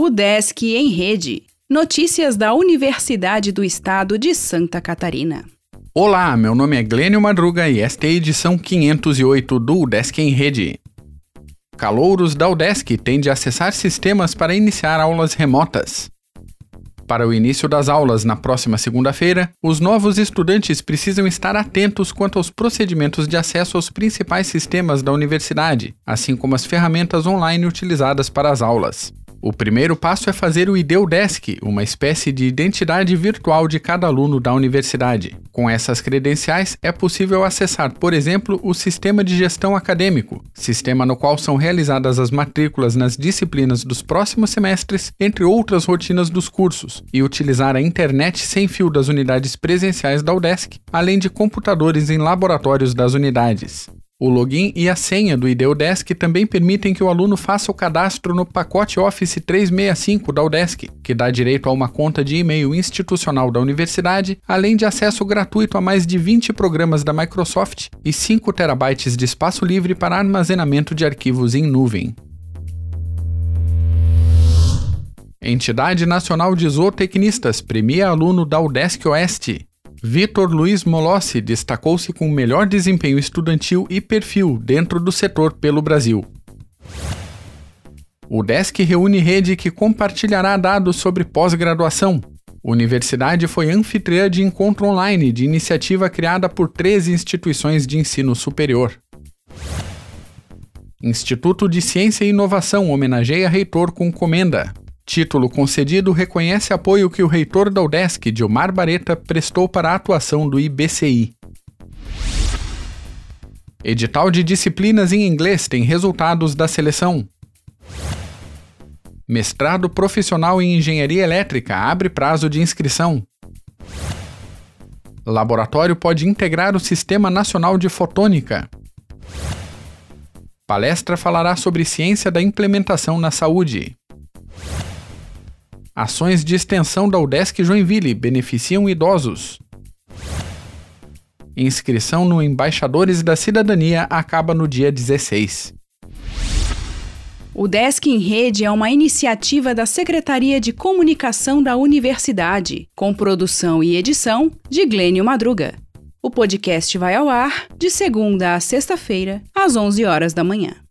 UDESC em Rede. Notícias da Universidade do Estado de Santa Catarina. Olá, meu nome é Glênio Madruga e esta é a edição 508 do UDESC em Rede. Calouros da UDESC têm de acessar sistemas para iniciar aulas remotas. Para o início das aulas na próxima segunda-feira, os novos estudantes precisam estar atentos quanto aos procedimentos de acesso aos principais sistemas da universidade, assim como as ferramentas online utilizadas para as aulas. O primeiro passo é fazer o ID UDESC, uma espécie de identidade virtual de cada aluno da universidade. Com essas credenciais, é possível acessar, por exemplo, o Sistema de Gestão Acadêmico, sistema no qual são realizadas as matrículas nas disciplinas dos próximos semestres, entre outras rotinas dos cursos, e utilizar a internet sem fio das unidades presenciais da UDESC, além de computadores em laboratórios das unidades. O login e a senha do ID UDESC também permitem que o aluno faça o cadastro no pacote Office 365 da UDESC, que dá direito a uma conta de e-mail institucional da universidade, além de acesso gratuito a mais de 20 programas da Microsoft e 5 terabytes de espaço livre para armazenamento de arquivos em nuvem. Entidade Nacional de Zootecnistas premia aluno da UDESC Oeste. Vitor Luiz Molossi destacou-se com o melhor desempenho estudantil e perfil dentro do setor pelo Brasil. O UDESC reúne rede que compartilhará dados sobre pós-graduação. A universidade foi anfitriã de encontro online de iniciativa criada por 13 instituições de ensino superior. Instituto de Ciência e Inovação homenageia reitor com comenda. Título concedido reconhece apoio que o reitor da UDESC, Dilmar Bareta, prestou para a atuação do IBCI. Edital de disciplinas em inglês tem resultados da seleção. Mestrado profissional em engenharia elétrica abre prazo de inscrição. Laboratório pode integrar o Sistema Nacional de Fotônica. Palestra falará sobre ciência da implementação na saúde. Ações de extensão da UDESC Joinville beneficiam idosos. Inscrição no Embaixadores da Cidadania acaba no dia 16. O UDESC em Rede é uma iniciativa da Secretaria de Comunicação da Universidade, com produção e edição de Glênio Madruga. O podcast vai ao ar de segunda a sexta-feira, às 11 horas da manhã.